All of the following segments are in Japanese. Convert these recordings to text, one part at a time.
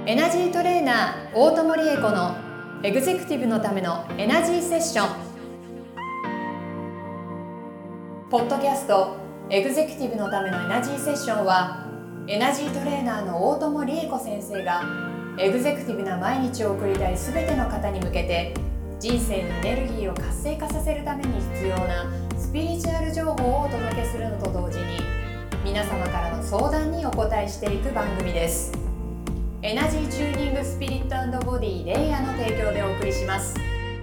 エナジートレーナー大友理恵子のエグゼクティブのためのエナジーセッション。ポッドキャストエグゼクティブのためのエナジーセッションは、エナジートレーナーの大友理恵子先生がエグゼクティブな毎日を送りたいすべての方に向けて、人生にエネルギーを活性化させるために必要なスピリチュアル情報をお届けするのと同時に、皆様からの相談にお答えしていく番組です。エナジーチューニングスピリット&ボディレイヤーの提供でお送りします。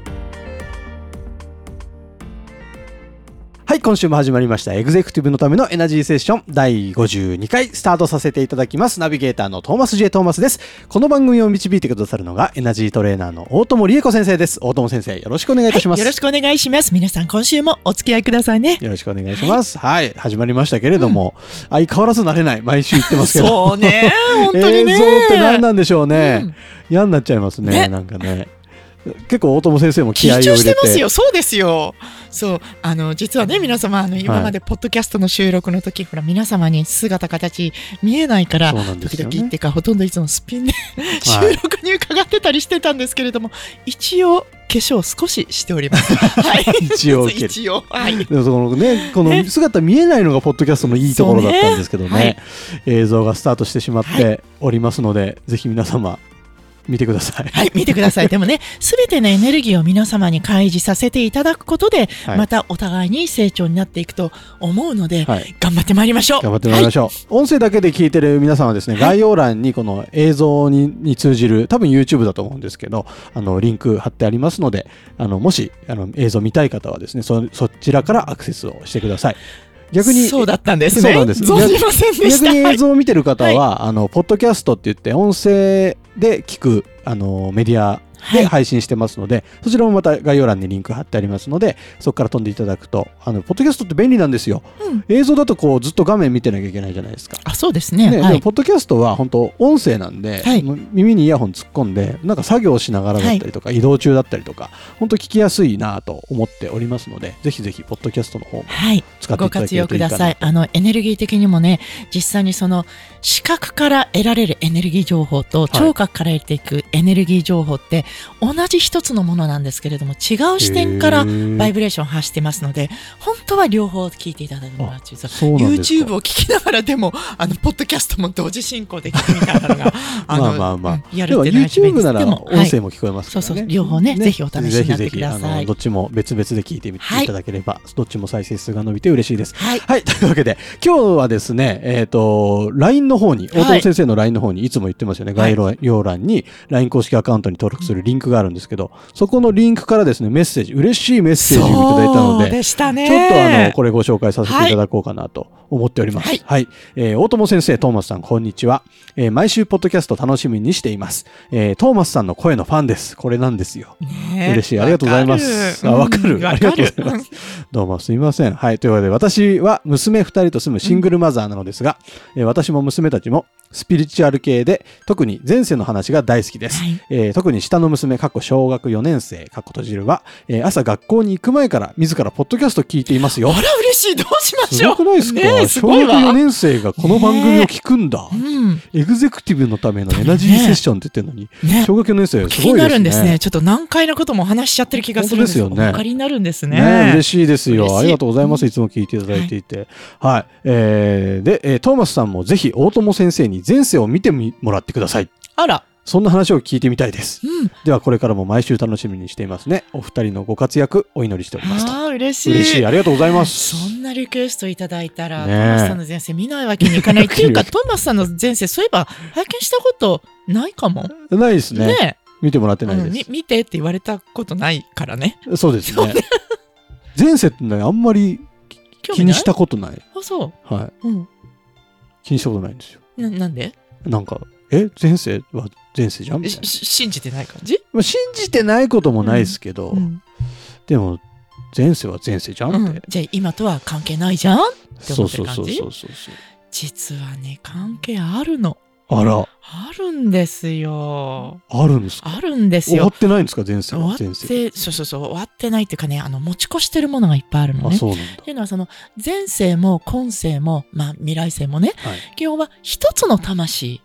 はい、今週も始まりましたエグゼクティブのためのエナジーセッション第52回スタートさせていただきます。ナビゲーターのトーマス J トーマスです。この番組を導いてくださるのがエナジートレーナーの大友理恵子先生です。大友先生、よろしくお願いいたします。 よろしくお願いします。皆さん今週もお付き合いくださいね。 よろしくお願いします。はい、始まりましたけれども、相変わらず慣れない、毎週言ってますけどそうね、本当にね。 映像って何なんでしょうね。嫌になっちゃいますね。なんかね、結構大友先生も気合を入れて緊張してますよ。そうですよ。そう、実はね、皆様今までポッドキャストの収録の時、ほら皆様に姿形見えないから、時々ってかほとんどいつもすっぴんで収録に伺ってたりしてたんですけれども、一応化粧少ししております。はい。 一応はい。 でもこの姿見えないのがポッドキャストのいいところだったんですけどね。はい、映像がスタートしてしまっておりますので、ぜひ皆様見てください。 はい、見てください。でもね、すべてのエネルギーを皆様に開示させていただくことで、またお互いに成長になっていくと思うので、頑張ってまいりましょう。 頑張ってまいりましょう。音声だけで聞いてる皆さんはですね、概要欄にこの映像に通じる、多分 YouTube だと思うんですけど、リンク貼ってありますので、もし映像見たい方はですね、そちらからアクセスをしてください。逆にそうだったんですね。 そうなんです。 存じませんでした。 逆に映像を見てる方は、ポッドキャストって言って音声で聞くメディアで配信してますので、そちらもまた概要欄にリンク貼ってありますので、そこから飛んでいただくと、ポッドキャストって便利なんですよ。映像だとこうずっと画面見てなきゃいけないじゃないですか。 あ、そうですね。 でもポッドキャストは本当音声なんで、耳にイヤホン突っ込んで、なんか作業しながらだったりとか、移動中だったりとか、本当聞きやすいなと思っておりますので、ぜひぜひポッドキャストの方も使っていただけるといいかなと。 ご活用ください。エネルギー的にもね、実際にその視覚から得られるエネルギー情報と聴覚から得ていくエネルギー情報って同じ一つのものなんですけれども、違う視点からバイブレーションを発してますので、本当は両方聞いていただくのが YouTube を聞きながらでもポッドキャストも同時進行で聞くみたいなのがやるっていうのは一番いいです。でも YouTube なら音声も聞こえますからね。 そう両方ね、ぜひお試しになってください。 どっちも別々で聞いてみていただければ、どっちも再生数が伸びて嬉しいです。はい、というわけで今日はですね、LINE の方に、大友先生の LINE の方にいつも言ってますよね、概要欄に LINE 公式アカウントに登録するリンクがあるんですけど、そこのリンクからですね、メッセージ、嬉しいメッセージをいただいたので、ちょっとこれご紹介させていただこうかなと思っております。はい。大友先生、トーマスさん、こんにちは。毎週ポッドキャスト楽しみにしています。トーマスさんの声のファンです。これなんですよ。嬉しい。ありがとうございます。わかる。ありがとうございます。どうもすみません。はい。というわけで、私は娘2人と住むシングルマザーなのですが、私も娘たちもスピリチュアル系で、特に前世の話が大好きです。特に下の娘、小学4年生、閉じるは、朝学校に行く前から自らポッドキャスト聞いていますよ。 あら、嬉しい。どうしましょう。 すごくないですか？小学4年生がこの番組を聞くんだ。エグゼクティブのためのエナジーセッションって言ってるのに、小学4年生すごいですね。 気になるんですね。ちょっと難解なこともお話しちゃってる気がするんですよね。お分かりになるんですね。 嬉しいですよ。ありがとうございます。いつも聞いていただいていて。はい。で、トーマスさんもぜひ大友先生に前世を見てもらってください。 あら。 そんな話を聞いてみたいです。ではこれからも毎週楽しみにしていますね。お二人のご活躍お祈りしておりますと。 嬉しい。 嬉しい。ありがとうございます。 そんなリクエストいただいたら、トーマスさんの前世見ないわけにいかないっていうか、トーマスさんの前世そういえば拝見したことないかも。 ないですね。見てもらってないです。 見てって言われたことないからね。 そうですね。前世ってあんまり気にしたことない。 あ、そう。 はい。気にしたことないんですよ。 なんで？ なんか前世は前世じゃんみたいな。 信じてない感じ？ 信じてないこともないですけど、でも前世は前世じゃんって。 じゃあ今とは関係ないじゃんって思ってる感じ？ そう。 実はね、関係あるの。 あら。 あるんですよ。 あるんですか？ あるんですよ。 終わってないんですか？前世は。 そう、終わってないっていうかね、持ち越してるものがいっぱいあるのね。 そうなんだ。 っていうのは、その、前世も今世も、未来世もね、基本は一つの魂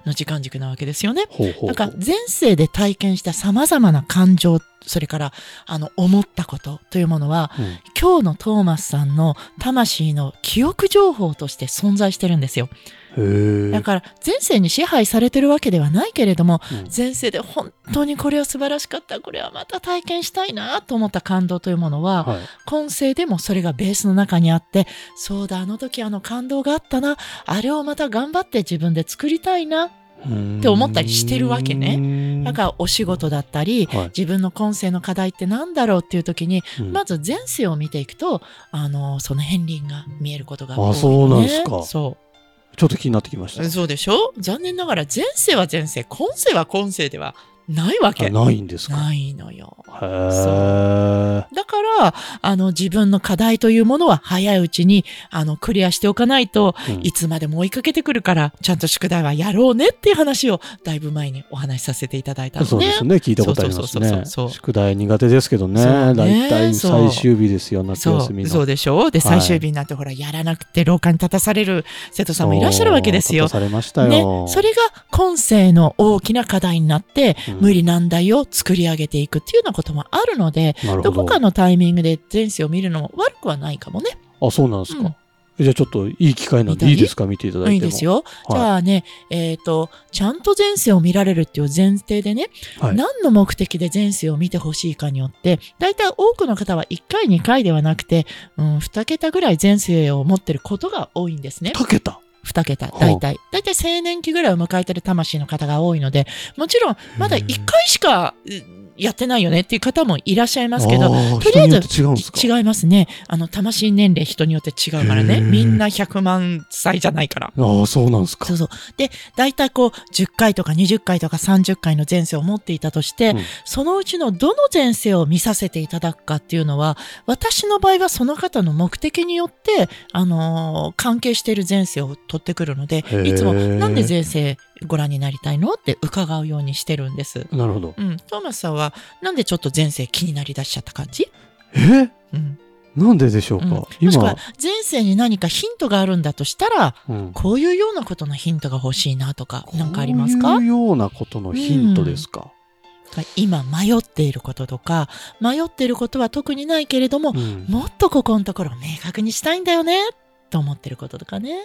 の時間軸なわけですよね。 ほうほうほう。 だから前世で体験した様々な感情、それから思ったことというものは、今日のトーマスさんの魂の記憶情報として存在してるんですよ。だから前世に支配されてるわけではないけれども、前世で本当にこれは素晴らしかった、これはまた体験したいなと思った感動というものは、今世でもそれがベースの中にあって、そうだ、あの時感動があったな、あれをまた頑張って自分で作りたいなって思ったりしてるわけね。だからお仕事だったり、自分の今世の課題って何だろうっていう時に、まず前世を見ていくとその片鱗が見えることが多いね。 そうなんですか。 そうちょっと気になってきました。 そうでしょ。残念ながら前世は前世、今世は今世ではないわけ。 ないんですか。 ないのよ。 へー。 だから自分の課題というものは早いうちにクリアしておかないと、いつまでも追いかけてくるから、ちゃんと宿題はやろうねっていう話をだいぶ前にお話しさせていただいたのね。 そうですね。聞いたことありますね。宿題苦手ですけどね。だいたい最終日ですよ、夏休みの。 そうでしょ。で、最終日になってほら、やらなくて廊下に立たされる生徒さんもいらっしゃるわけですよ。 立たされましたよ。 ね。それが今世の大きな課題になって、無理難題を作り上げていくっていうようなこともあるので、どこかのタイミングで前世を見るのも悪くはないかもね。 あ、そうなんですか。じゃあちょっといい機会なんでいいですか、見ていただいても。 いいですよ。じゃあね、ちゃんと前世を見られるっていう前提でね、何の目的で前世を見てほしいかによって、だいたい多くの方は1回2回ではなくて、2桁ぐらい前世を持ってることが多いんですね。 2桁 2桁。だいたい青年期ぐらいを迎えてる魂の方が多いので、もちろんまだ1回しかやってないよねっていう方もいらっしゃいますけど、とりあえず違いますね。魂年齢人によって違うからね。みんな100万歳じゃないから。 ああ、そうなんですか。 そうそう。で、だいたい10回とか20回とか30回の前世を持っていたとして、そのうちのどの前世を見させていただくかっていうのは、私の場合はその方の目的によって、関係している前世を取ってくるので、いつもなんで前世ご覧になりたいのって伺うようにしてるんです。 なるほど。 トーマスさんはなんでちょっと前世気になりだしちゃった感じ？ なんででしょうか。 もしくは前世に何かヒントがあるんだとしたら、こういうようなことのヒントが欲しいなとか何かありますか？ こういうようなことのヒントですか。 今迷っていることとか、迷っていることは特にないけれども、もっとここのところを明確にしたいんだよねと思ってることとかね。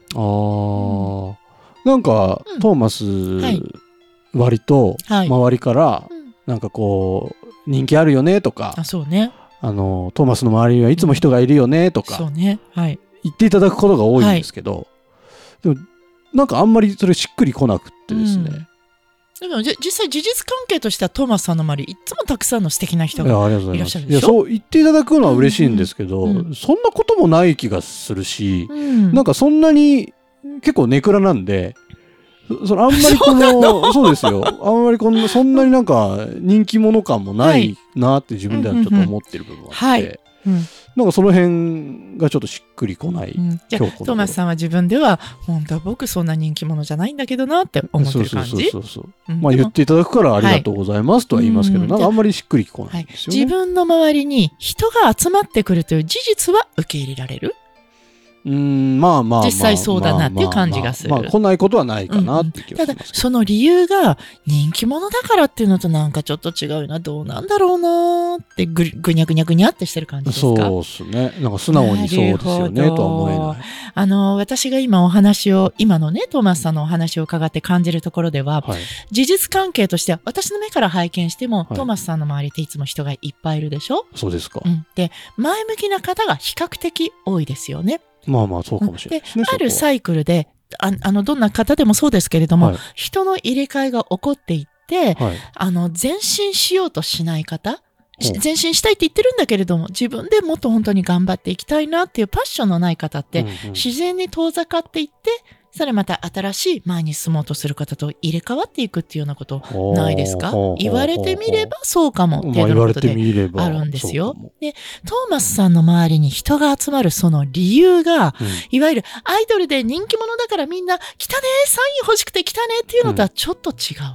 なんか、トーマス、割と周りから、なんかこう人気あるよねとか、 そうね。 トーマスの周りにはいつも人がいるよねとか、 そうね。言っていただくことが多いんですけど、でもなんかあんまりそれしっくりこなくってですね。 でも実際事実関係としてはトーマスさんの周りいつもたくさんの素敵な人がいらっしゃるでしょ。いや、 そう言っていただくのは嬉しいんですけど、そんなこともない気がするし、なんかそんなに結構ネクラなんで、あんまりそうですよ。あんまりそんなになんか人気者感もないなって自分ではちょっと思ってる部分があって、なんかその辺がちょっとしっくりこない。 じゃあトーマスさんは自分では本当は僕そんな人気者じゃないんだけどなって思ってる感じ。 まあ言っていただくからありがとうございますとは言いますけど、なんかあんまりしっくりこないんですよね。 自分の周りに人が集まってくるという事実は受け入れられる？実際そうだなっていう感じがする。 来ないことはないかなって気がします。 ただその理由が人気者だからっていうのとなんかちょっと違うな、どうなんだろうなってぐにゃぐにゃぐにゃってしてる感じですか？ そうですね。なんか素直にそうですよねとは思えない。 私が今のねトーマスさんのお話を伺って感じるところでは、事実関係としては私の目から拝見しても、トーマスさんの周りっていつも人がいっぱいいるでしょ？ そうですか。 で前向きな方が比較的多いですよね。 そうかもしれないですね。 あるサイクルで、どんな方でもそうですけれども、人の入れ替えが起こっていって、前進しようとしない方、前進したいって言ってるんだけれども、自分でもっと本当に頑張っていきたいなっていうパッションのない方って、自然に遠ざかっていって、それまた新しい前に進もうとする方と入れ替わっていくっていうようなことないですか？言われてみればそうかもっていうことであるんですよ。で、トーマスさんの周りに人が集まるその理由が、いわゆるアイドルで人気者だからみんな来たね、サイン欲しくて来たねっていうのとはちょっと違う。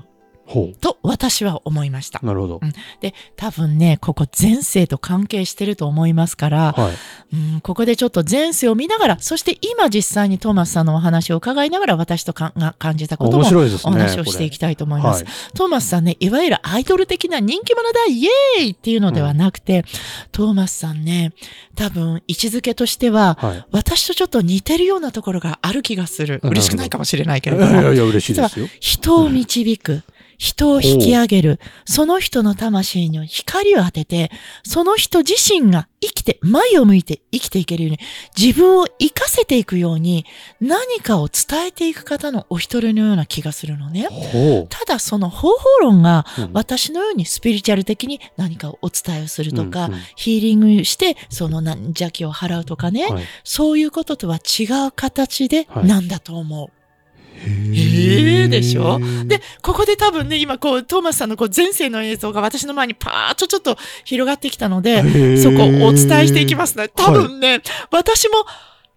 と私は思いました。 なるほど。 で、多分ね、ここ前世と関係してると思いますから、ここでちょっと前世を見ながら、そして今実際にトーマスさんのお話を伺いながら、私と感じたこともお話をしていきたいと思います。トーマスさんね、いわゆるアイドル的な人気者だ、イエーイっていうのではなくて、トーマスさんね、多分位置づけとしては、私とちょっと似てるようなところがある気がする。嬉しくないかもしれないけれども。 いや、嬉しいですよ。 人を導く。人を引き上げる。その人の魂に光を当てて、その人自身が前を向いて生きていけるように、自分を生かせていくように、何かを伝えていく方のお一人のような気がするのね。ただその方法論が、私のようにスピリチュアル的に何かをお伝えをするとか、ヒーリングして、その邪気を払うとかね、そういうこととは違う形でなんだと思う。でしょ。で、ここで多分ね、今トーマスさんの前世の映像が私の前にパーッとちょっと広がってきたので、そこをお伝えしていきますね。多分ね、私も、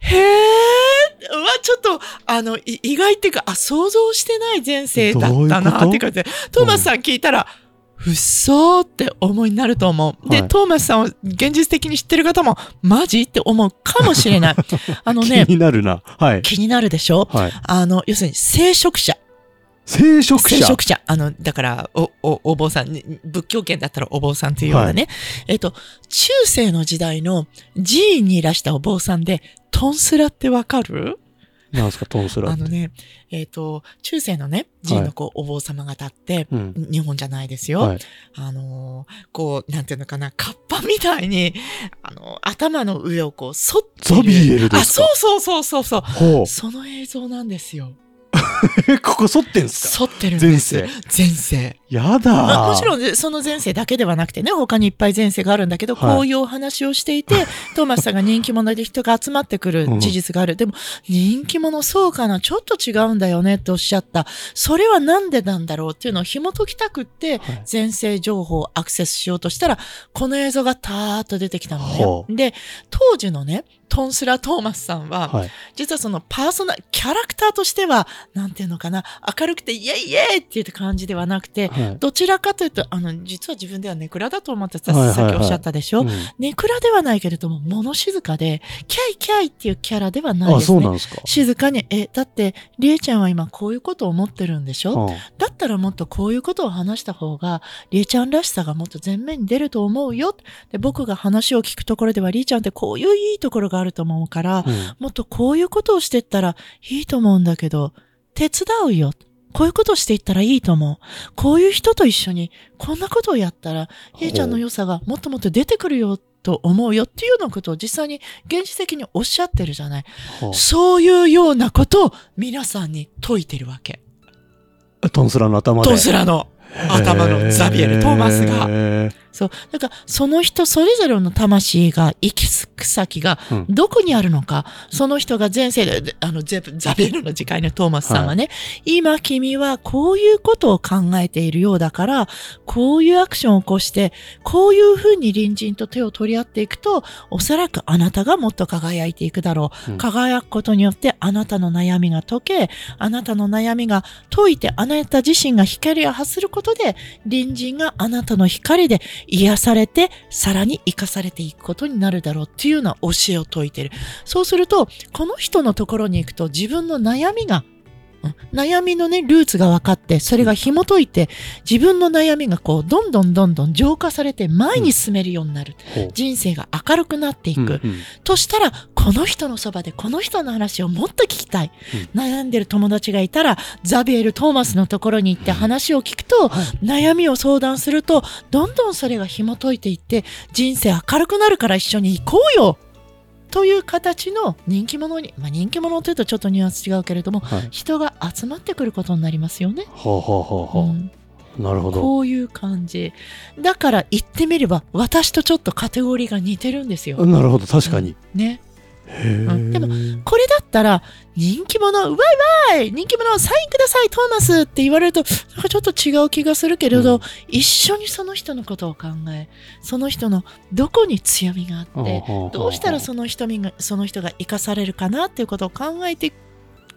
ちょっと、意外っていうか、想像してない前世だったなって感じで、トーマスさん聞いたら、うっそーって思いになると思う。で、トーマスさんを現実的に知ってる方も、マジって思うかもしれない。 気になるな。 気になるでしょ。要するに、聖職者。 聖職者。 だから、お坊さん、仏教圏だったらお坊さんというようなね。中世の時代の寺院にいらしたお坊さんで、トンスラってわかる？ なんですか、トンスラって。 中世のね、寺院のお坊様が立って、日本じゃないですよ。なんていうのかな、カッパみたいに、頭の上を反ってる。 ザビエルですか？ そう。その映像なんですよ。 ここ反ってんすか？ 反ってるんです。前世。 やだもちろん、その前世だけではなくてね、他にいっぱい前世があるんだけど、こういうお話をしていて、トーマスさんが人気者で人が集まってくる事実がある。でも、人気者そうかな、ちょっと違うんだよねっておっしゃった。それはなんでなんだろうっていうのを紐解きたくって、前世情報をアクセスしようとしたら、この映像がたーっと出てきたのね。で、当時のね、トンスラ・トーマスさんは、実はそのキャラクターとしては、なんていうのかな、明るくてイエイイエイっていう感じではなくて、どちらかというと、実は自分ではネクラだと思ってた、さっきおっしゃったでしょ。ネクラではないけれども、物静かで、キャイキャイっていうキャラではないですね。 そうなんですか。 静かに、だって、リエちゃんは今こういうことを思ってるんでしょ。だったらもっとこういうことを話した方が、リエちゃんらしさがもっと前面に出ると思うよ。で、僕が話を聞くところでは、リエちゃんってこういういいところがあると思うから、もっとこういうことをしていったらいいと思うんだけど、手伝うよ。こういうことをしていったらいいと思う。こういう人と一緒にこんなことをやったら、リエちゃんの良さがもっともっと出てくるよと思うよっていうようなことを実際に現実的におっしゃってるじゃない。そういうようなことを皆さんに説いてるわけ。 トンスラの頭で。 トンスラの頭のザビエル・トーマスが。そう。だから、その人それぞれの魂が行き着く先がどこにあるのか、その人が前世で、ザビエルの次回のトーマスさんはね、今君はこういうことを考えているようだから、こういうアクションを起こして、こういうふうに隣人と手を取り合っていくと、おそらくあなたがもっと輝いていくだろう。輝くことによってあなたの悩みが解け、あなたの悩みが解いて、あなた自身が光を発することで、隣人があなたの光で癒されて、さらに生かされていくことになるだろうっていうような教えを説いている。そうすると、この人のところに行くと自分の悩みが、悩みのね、ルーツが分かって、それが紐解いて、自分の悩みがどんどん浄化されて前に進めるようになる。人生が明るくなっていく。としたら、この人のそばでこの人の話をもっと聞きたい。悩んでる友達がいたら、ザビエル・トーマスのところに行って話を聞くと、悩みを相談すると、どんどんそれが紐解いていって、人生明るくなるから一緒に行こうよという形の人気者に、人気者というとちょっとニュアンス違うけれども、人が集まってくることになりますよね。 なるほど。 こういう感じ。だから言ってみれば、私とちょっとカテゴリーが似てるんですよ。 なるほど、確かに。 ね。でも、これだったら、人気者、わいわい人気者、サインください、トーマスって言われると、なんかちょっと違う気がするけれど、一緒にその人のことを考え、その人のどこに強みがあって、どうしたらその人が生かされるかなっていうことを考えてい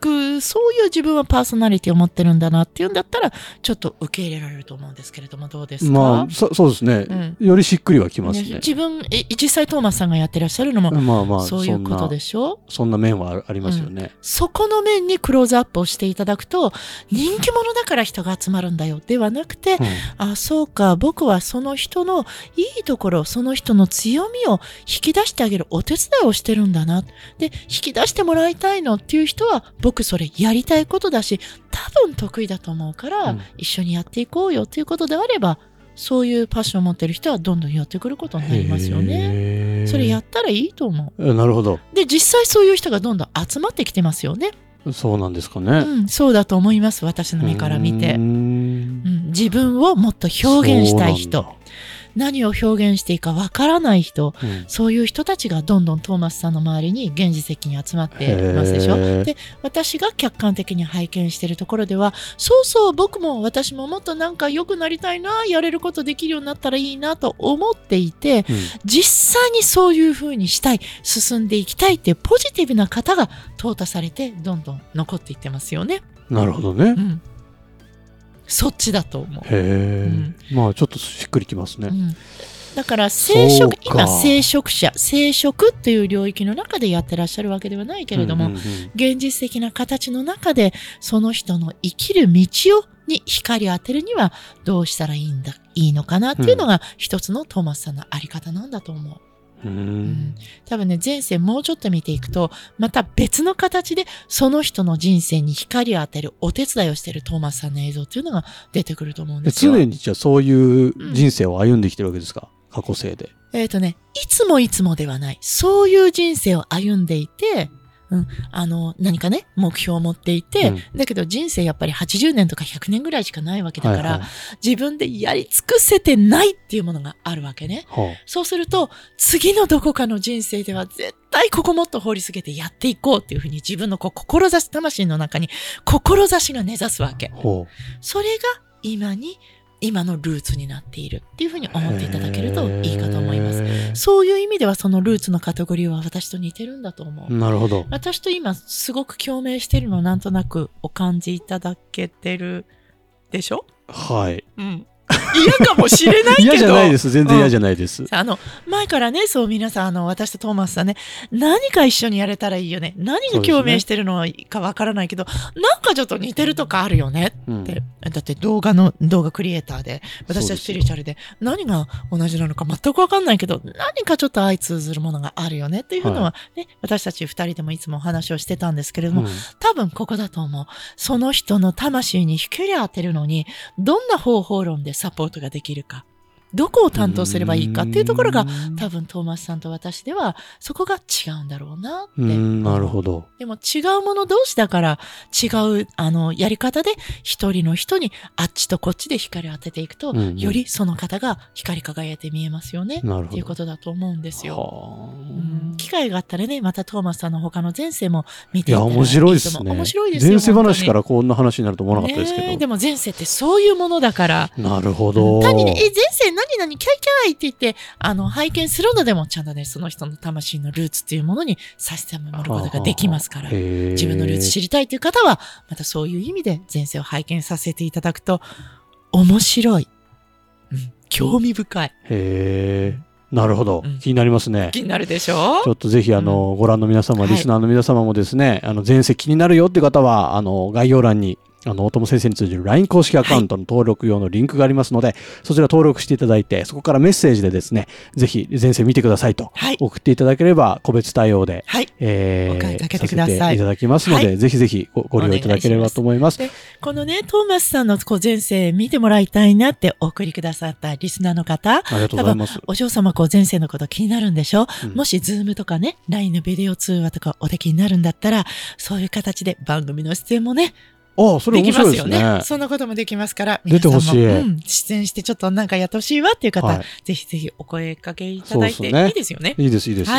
く、そういう自分はパーソナリティを持ってるんだなっていうんだったら、ちょっと受け入れられると思うんですけれども、どうですか？ まあ、そうですね、よりしっくりはきますね。 自分、実際トーマスさんがやってらっしゃるのも、 まあまあ、 そういうことでしょ？ そんな面はありますよね。 そこの面にクローズアップをしていただくと、人気者だから人が集まるんだよではなくて、あ、そうか、僕はその人のいいところ、その人の強みを引き出してあげるお手伝いをしてるんだな。で、引き出してもらいたいのっていう人は、僕それやりたいことだし、多分得意だと思うから、一緒にやっていこうよっていうことであれば、そういうパッションを持ってる人はどんどん寄ってくることになりますよね。それやったらいいと思う。 なるほど。 で、実際そういう人がどんどん集まってきてますよね。 そうなんですかね。 そうだと思います。私の目から見て。自分をもっと表現したい人。何を表現していいかわからない人、そういう人たちがどんどんトーマスさんの周りに現実的に集まってますでしょ。で、私が客観的に拝見しているところでは、そうそう、僕も私ももっとなんか良くなりたいな、やれることできるようになったらいいなと思っていて、実際にそういう風にしたい、進んでいきたいっていうポジティブな方が淘汰されて、どんどん残っていってますよね。 なるほどね。 そっちだと思う。まあちょっとしっくりきますね。 だから今聖職者、聖職という領域の中でやってらっしゃるわけではないけれども、現実的な形の中でその人の生きる道に光を当てるにはどうしたらいいのかなっていうのが一つのトーマスさんのあり方なんだと思う。多分ね、前世もうちょっと見ていくと、また別の形でその人の人生に光を当てるお手伝いをしているトーマスさんの映像っていうのが出てくると思うんですよ。 常にじゃあそういう人生を歩んできてるわけですか？過去生で。 いつもではない。そういう人生を歩んでいて、何かね、目標を持っていて、だけど人生やっぱり80年とか100年ぐらいしかないわけだから、自分でやり尽くせてないっていうものがあるわけね。そうすると、次のどこかの人生では絶対ここもっと掘り下げてやっていこうっていうふうに自分の志、魂の中に志が根ざすわけ。それが今のルーツになっているっていうふうに思っていただけるといいかと思います。そういう意味ではそのルーツのカテゴリーは私と似てるんだと思う。 なるほど。 私と今すごく共鳴してるのをなんとなくお感じいただけてるでしょ？ はい。 嫌かもしれないけど。 嫌じゃないです。全然嫌じゃないです。 前からね、そう皆さん、私とトーマスさんね、何か一緒にやれたらいいよね。何が共鳴してるのかわからないけど、なんかちょっと似てるとかあるよねって。だって動画クリエイターで、私はスピリチュアルで、何が同じなのか全くわかんないけど、何かちょっと相通ずるものがあるよねっていうのはね、私たち二人でもいつもお話をしてたんですけれども、多分ここだと思う。その人の魂に光を当てるのに、どんな方法論でサポートができるか、どこを担当すればいいかっていうところが多分トーマスさんと私ではそこが違うんだろうなって。 なるほど。 でも違うもの同士だから違うやり方で一人の人にあっちとこっちで光を当てていくと、よりその方が光り輝いて見えますよねっていうことだと思うんですよ。機会があったらね、またトーマスさんの他の前世も見ていたらいいと思う。 面白いですね。 面白いですよ。 前世話からこんな話になると思わなかったですけど。 でも前世ってそういうものだから。 なるほど。 単にね、前世何キャイキャイって言って拝見するのでもちゃんとね、その人の魂のルーツっていうものに差し迫ることができますから、自分のルーツ知りたいという方はまたそういう意味で前世を拝見させていただくと面白い、興味深い。 なるほど、気になりますね。 気になるでしょ。 ちょっとぜひご覧の皆様、リスナーの皆様もですね、前世気になるよっていう方は概要欄に大友先生に通じる LINE 公式アカウントの登録用のリンクがありますので、そちら登録していただいて、そこからメッセージでですね、ぜひ前世見てくださいと送っていただければ個別対応で、 お声かけてください。 させていただきますので、ぜひぜひご利用いただければと思います。 このね、トーマスさんの前世見てもらいたいなってお送りくださったリスナーの方、 ありがとうございます。 お嬢様前世のこと気になるんでしょ、もしズームとかね、LINE のビデオ通話とかおできになるんだったら、そういう形で番組の出演もね、 それ面白いですね。 できますよね。そんなこともできますから、 出てほしい。 出演してちょっとなんかやってほしいわっていう方、ぜひぜひお声かけいただいていいですよね。 いいです、いいです。 はい。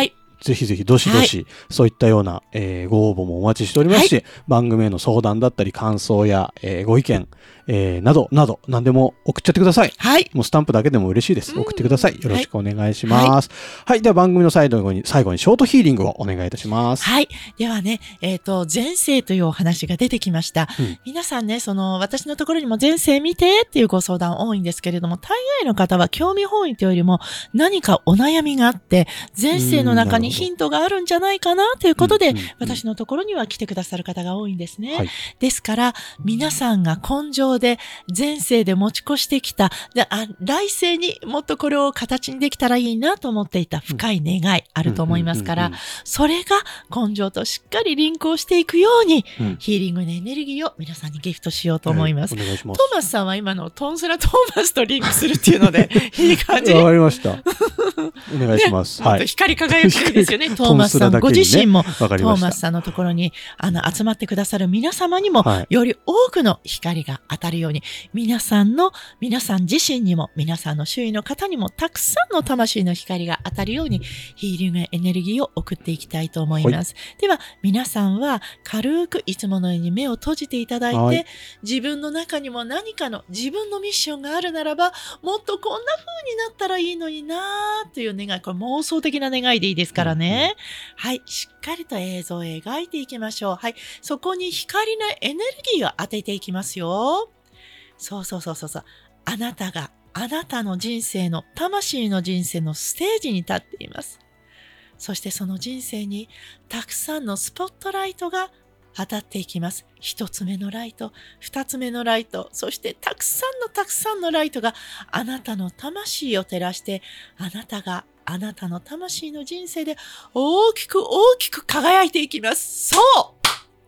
ぜひぜひどしどし、そういったような、ご応募もお待ちしておりますし、番組への相談だったり感想や、ご意見、などなど何でも送っちゃってください。もうスタンプだけでも嬉しいです。送ってください。よろしくお願いします。では番組の最後にショートヒーリングをお願いいたします。 ではね、前世というお話が出てきました。皆さんね、私のところにも前世見てっていうご相談多いんですけれども、大概の方は興味本位というよりも何かお悩みがあって、前世の中にヒントがあるんじゃないかなということで、私のところには来てくださる方が多いんですね。ですから、皆さんが根性で前世で持ち越してきた、来世にもっとこれを形にできたらいいなと思っていた深い願いあると思いますから、それが根性としっかりリンクをしていくように、ヒーリングのエネルギーを皆さんにギフトしようと思います。 お願いします。 トーマスさんは今のトンスラトーマスとリンクするっていうのでいい感じ。 わかりました。お願いします。 光り輝くんですよね。トーマスさんご自身もトーマスさんのところに集まってくださる皆様にも、より多くの光が当たるように、皆さん自身にも皆さんの周囲の方にもたくさんの魂の光が当たるようにヒーリングエネルギーを送っていきたいと思います。では皆さんは軽くいつものように目を閉じていただいて、自分の中にも何かの自分のミッションがあるならば、もっとこんな風になったらいいのになーという願い、これ妄想的な願いでいいですからね。しっかりと映像を描いていきましょう。そこに光のエネルギーを当てていきますよ。そう。あなたがあなたの人生の魂の人生のステージに立っています。そしてその人生にたくさんのスポットライトが当たっていきます。一つ目のライト、二つ目のライト、そしてたくさんのライトがあなたの魂を照らして、あなたがあなたの魂の人生で大きく輝いていきます。そう!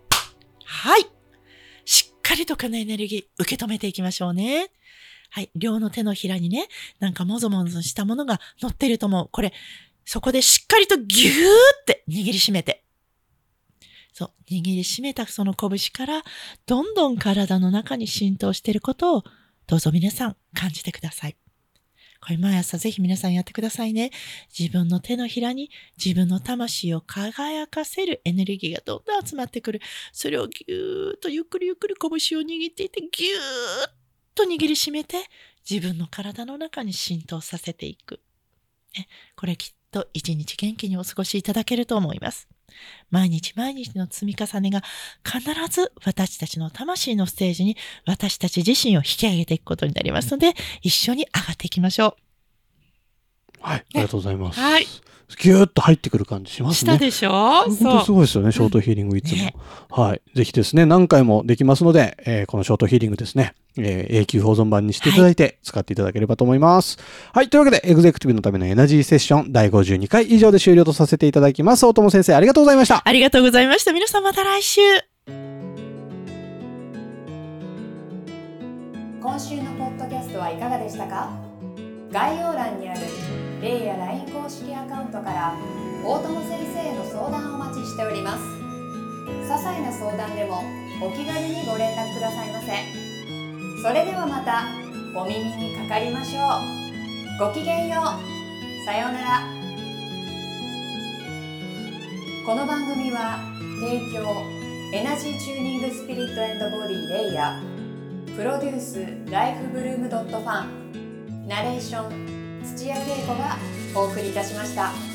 しっかりとこのエネルギー受け止めていきましょうね。両の手のひらにね、なんかもぞもぞしたものが乗っていると思う。これ、そこでしっかりとギューって握りしめて。握りしめたその拳からどんどん体の中に浸透していることをどうぞ皆さん感じてください。これ毎朝ぜひ皆さんやってくださいね。自分の手のひらに自分の魂を輝かせるエネルギーがどんどん集まってくる。それをギューッとゆっくり拳を握っていてギューッと握りしめて自分の体の中に浸透させていく。これきっと一日元気にお過ごしいただけると思います。毎日の積み重ねが必ず私たちの魂のステージに私たち自身を引き上げていくことになりますので、一緒に上がっていきましょう。 ありがとうございます。ギューッと入ってくる感じしますね。 したでしょ？ 本当すごいですよね、ショートヒーリングいつも。ぜひですね、何回もできますので、このショートヒーリングですね、永久保存版にしていただいて使っていただければと思います。というわけで、エグゼクティブのためのエナジーセッション第52回以上で終了とさせていただきます。大友先生、ありがとうございました。 ありがとうございました。皆さんまた来週。 今週のポッドキャストはいかがでしたか？概要欄にあるレイや LINE 公式アカウントから大友先生への相談をお待ちしております。些細な相談でもお気軽にご連絡くださいませ。それではまたお耳にかかりましょう。ごきげんよう。さようなら。この番組は提供エナジーチューニングスピリット&ボディレイヤー、プロデュースライフブルームドットファン、ナレーション土屋恵子がお送りいたしました。